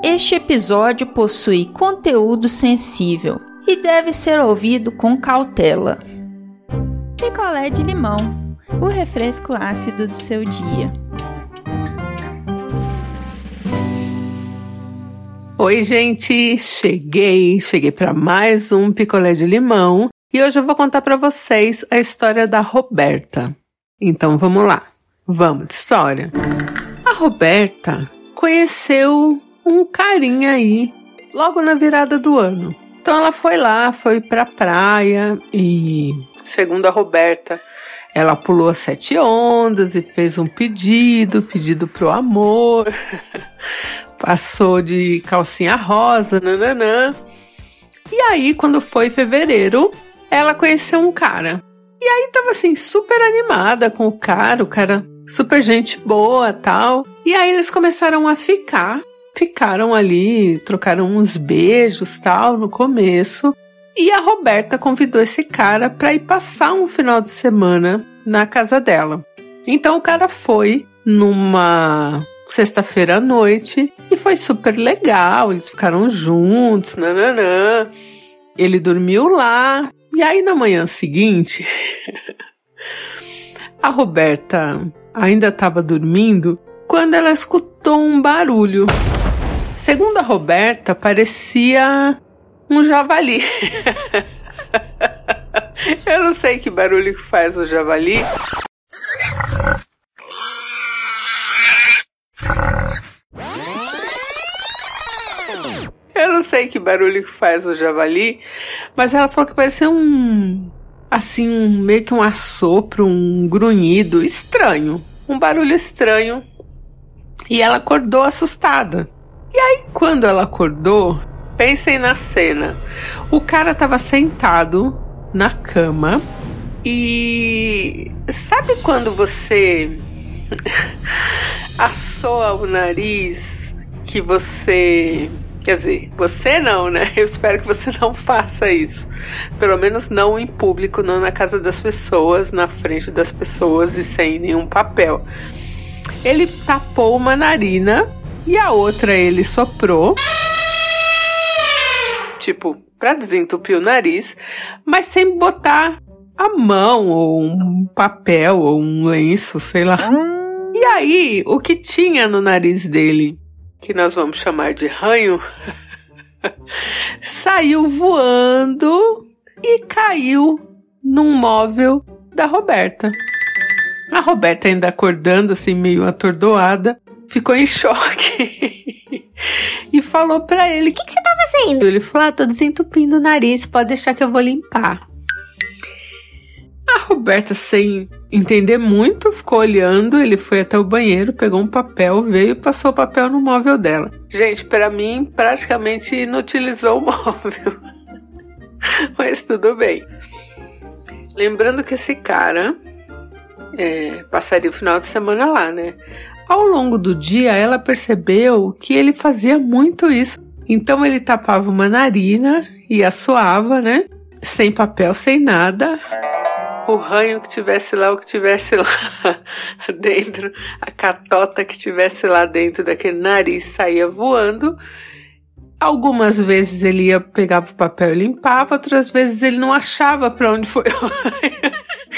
Este episódio possui conteúdo sensível e deve ser ouvido com cautela. Picolé de limão, o refresco ácido do seu dia. Oi, gente! Cheguei para mais um picolé de limão e hoje eu vou contar para vocês a história da Roberta. Então vamos lá, vamos de história. A Roberta conheceu um carinha aí logo na virada do ano. Então ela foi pra praia e, segundo a Roberta, ela pulou as 7 ondas e fez um pedido pro amor. Passou de calcinha rosa, nananã. E aí, quando foi fevereiro, ela conheceu um cara. E aí tava assim, super animada com o cara super gente boa, tal. E aí eles começaram a ficaram ali, trocaram uns beijos, tal, no começo. E a Roberta convidou esse cara para ir passar um final de semana na casa dela. Então o cara foi numa sexta-feira à noite e foi super legal, eles ficaram juntos, nananã. Ele dormiu lá. E aí na manhã seguinte, a Roberta ainda estava dormindo quando ela escutou um barulho. Segundo a Roberta, parecia um javali. Eu não sei que barulho que faz o javali. Mas ela falou que parecia meio que um assopro, um grunhido estranho. Um barulho estranho. E ela acordou assustada. E aí, quando ela acordou, pensem na cena. O cara estava sentado na cama e sabe quando você assoa o nariz que você... Quer dizer, você não, né? Eu espero que você não faça isso. Pelo menos não em público, não na casa das pessoas, na frente das pessoas e sem nenhum papel. Ele tapou uma narina e a outra ele soprou, tipo, pra desentupir o nariz, mas sem botar a mão ou um papel ou um lenço, sei lá. E aí, o que tinha no nariz dele, que nós vamos chamar de ranho, saiu voando e caiu num móvel da Roberta. A Roberta, ainda acordando assim meio atordoada, ficou em choque e falou pra ele: "O que você tá fazendo?" Ele falou: "Tô desentupindo o nariz, pode deixar que eu vou limpar." A Roberta, sem entender muito, ficou olhando. Ele foi até o banheiro, pegou um papel, veio e passou o papel no móvel dela. Gente, pra mim, praticamente inutilizou o móvel. Mas tudo bem. Lembrando que esse cara passaria o final de semana lá, né? Ao longo do dia, ela percebeu que ele fazia muito isso. Então ele tapava uma narina e assoava, né? Sem papel, sem nada. O ranho que tivesse lá, o que tivesse lá dentro, a catota que tivesse lá dentro daquele nariz saía voando. Algumas vezes ele pegava o papel e limpava, outras vezes ele não achava para onde foi o ranho.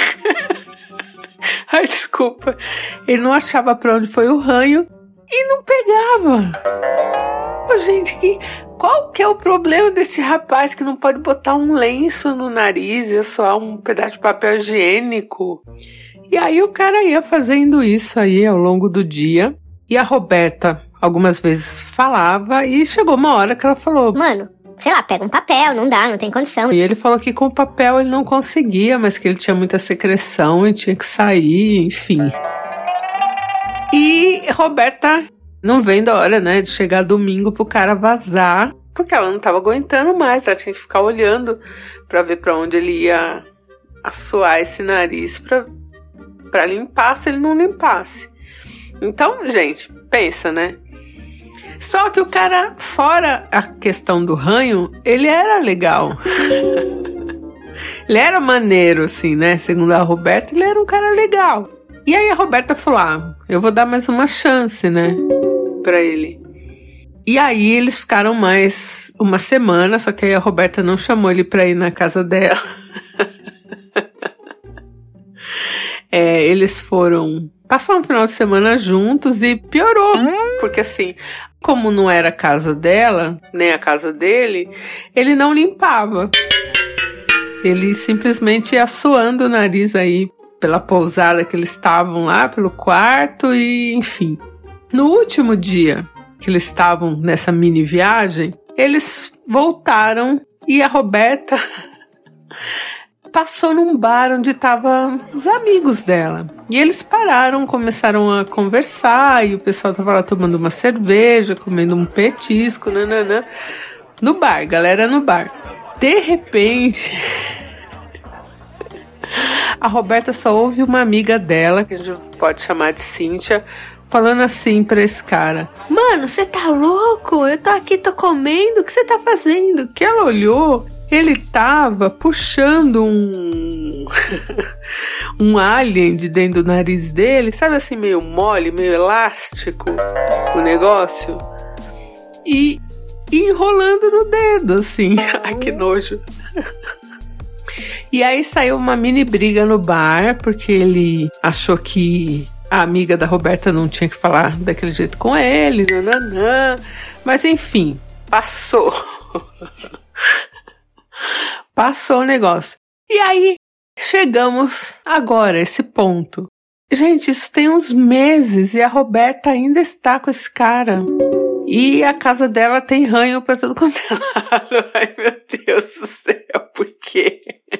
Ai, desculpa. Ele não achava para onde foi o ranho e não pegava. Oh, gente, qual que é o problema desse rapaz que não pode botar um lenço no nariz e só um pedaço de papel higiênico? E aí o cara ia fazendo isso aí ao longo do dia. E a Roberta algumas vezes falava e chegou uma hora que ela falou: "Mano, sei lá, pega um papel, não dá, não tem condição." E ele falou que com o papel ele não conseguia, mas que ele tinha muita secreção e tinha que sair, enfim. E Roberta não vendo a hora, né, de chegar domingo pro cara vazar, porque ela não tava aguentando mais, ela tinha que ficar olhando pra ver pra onde ele ia assoar esse nariz pra limpar, se ele não limpasse. Então, gente, pensa, né? Só que o cara, fora a questão do ranho, ele era legal. Ele era maneiro, assim, né? Segundo a Roberta, ele era um cara legal. E aí a Roberta falou: eu vou dar mais uma chance, né? Pra ele. E aí eles ficaram mais uma semana, só que aí a Roberta não chamou ele pra ir na casa dela. Eles foram passar um final de semana juntos e piorou. Porque assim, como não era a casa dela, nem a casa dele, ele não limpava. Ele simplesmente ia suando o nariz aí pela pousada que eles estavam lá, pelo quarto e enfim. No último dia que eles estavam nessa mini viagem, eles voltaram e a Roberta passou num bar onde estavam os amigos dela. E eles pararam, começaram a conversar, e o pessoal tava lá tomando uma cerveja, comendo um petisco, nananã. No bar, galera no bar. De repente, a Roberta só ouve uma amiga dela, que a gente pode chamar de Cíntia, falando assim pra esse cara: mano, você tá louco? Eu tô aqui, tô comendo, o que você tá fazendo? Que ela olhou, ele tava puxando um alien de dentro do nariz dele, sabe assim, meio mole, meio elástico, o negócio, e enrolando no dedo, assim. Ai, que nojo. E aí saiu uma mini briga no bar, porque ele achou que a amiga da Roberta não tinha que falar daquele jeito com ele, nananã. Mas enfim, passou. Passou o negócio. E aí, chegamos agora a esse ponto. Gente, isso tem uns meses e a Roberta ainda está com esse cara. E a casa dela tem ranho pra tudo quanto é lado. Ai, meu Deus do céu, por quê?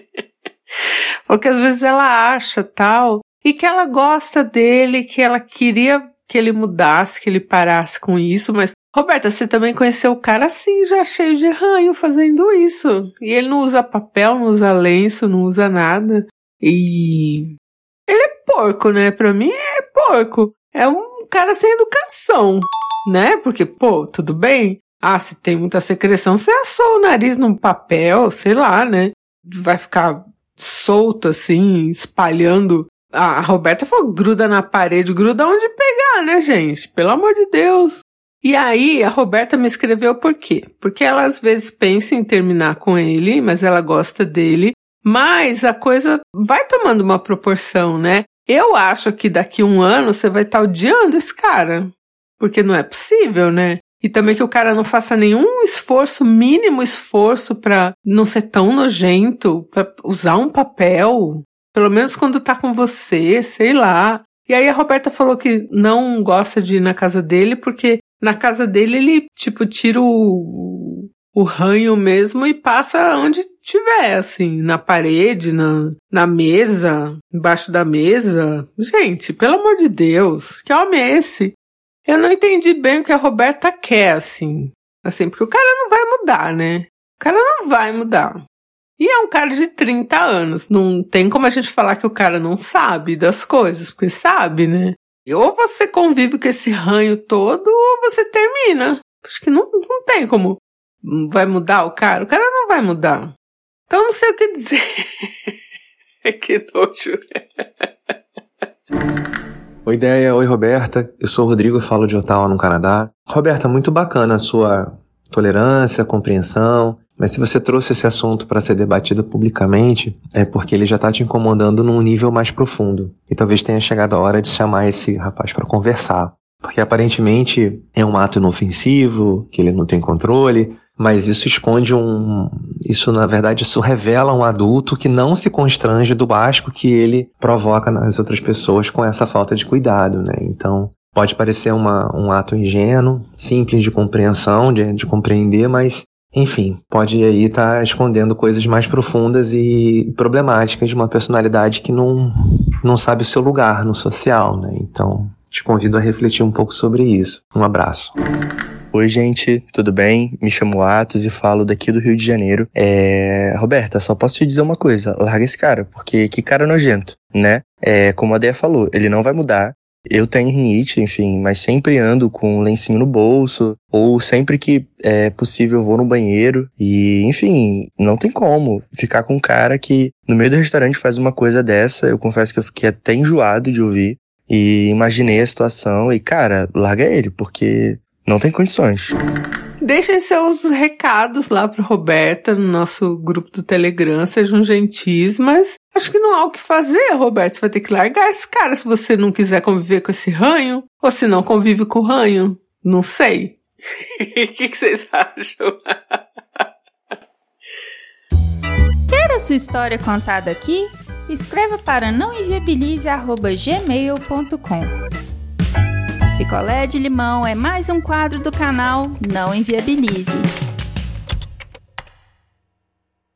Porque às vezes ela acha tal, e que ela gosta dele, que ela queria que ele mudasse, que ele parasse com isso, mas Roberta, você também conheceu o cara assim, já cheio de ranho, fazendo isso. E ele não usa papel, não usa lenço, não usa nada. E ele é porco, né? Pra mim é porco. É um cara sem educação, né? Porque, pô, tudo bem. Ah, se tem muita secreção, você assou o nariz num papel, sei lá, né? Vai ficar solto assim, espalhando. A Roberta falou, gruda na parede, gruda onde pegar, né, gente? Pelo amor de Deus. E aí, a Roberta me escreveu por quê? Porque ela às vezes pensa em terminar com ele, mas ela gosta dele, mas a coisa vai tomando uma proporção, né? Eu acho que daqui a 1 ano você vai estar odiando esse cara, porque não é possível, né? E também que o cara não faça nenhum esforço, mínimo esforço pra não ser tão nojento, pra usar um papel, pelo menos quando tá com você, sei lá. E aí a Roberta falou que não gosta de ir na casa dele, porque na casa dele ele, tipo, tira o ranho mesmo e passa onde tiver, assim, na parede, na mesa, embaixo da mesa. Gente, pelo amor de Deus, que homem é esse? Eu não entendi bem o que a Roberta quer, assim, porque o cara não vai mudar, né? O cara não vai mudar. E é um cara de 30 anos. Não tem como a gente falar que o cara não sabe das coisas, porque sabe, né? Ou você convive com esse ranho todo, ou você termina. Acho que não tem como. Vai mudar o cara? O cara não vai mudar. Então não sei o que dizer. Que nojo. Oi, Ideia. Oi, Roberta. Eu sou o Rodrigo, falo de Ottawa, no Canadá. Roberta, muito bacana a sua tolerância, compreensão. Mas se você trouxe esse assunto para ser debatido publicamente, é porque ele já está te incomodando num nível mais profundo. E talvez tenha chegado a hora de chamar esse rapaz para conversar. Porque aparentemente é um ato inofensivo, que ele não tem controle, mas isso esconde isso revela um adulto que não se constrange do asco que ele provoca nas outras pessoas com essa falta de cuidado, né? Então, pode parecer um ato ingênuo, simples de compreensão, de compreender, mas enfim, pode aí estar escondendo coisas mais profundas e problemáticas de uma personalidade que não sabe o seu lugar no social, né? Então, te convido a refletir um pouco sobre isso. Um abraço. Oi, gente, tudo bem? Me chamo Atos e falo daqui do Rio de Janeiro. Roberta, só posso te dizer uma coisa, larga esse cara, porque que cara nojento, né? Como a Deia falou, ele não vai mudar. Eu tenho rinite, enfim, mas sempre ando com um lencinho no bolso, ou sempre que é possível eu vou no banheiro, e enfim, não tem como ficar com um cara que no meio do restaurante faz uma coisa dessa. Eu confesso que eu fiquei até enjoado de ouvir, e imaginei a situação, e cara, larga ele, porque Não tem condições. Deixem seus recados lá pro Roberta no nosso grupo do Telegram, sejam gentis, mas acho que não há o que fazer, Roberta. Você vai ter que largar esse cara se você não quiser conviver com esse ranho, ou se não convive com o ranho. Não sei. O que vocês acham? Quer a sua história contada aqui? Escreva para nãoenviabilize@gmail.com. Picolé de Limão é mais um quadro do canal Não Enviabilize.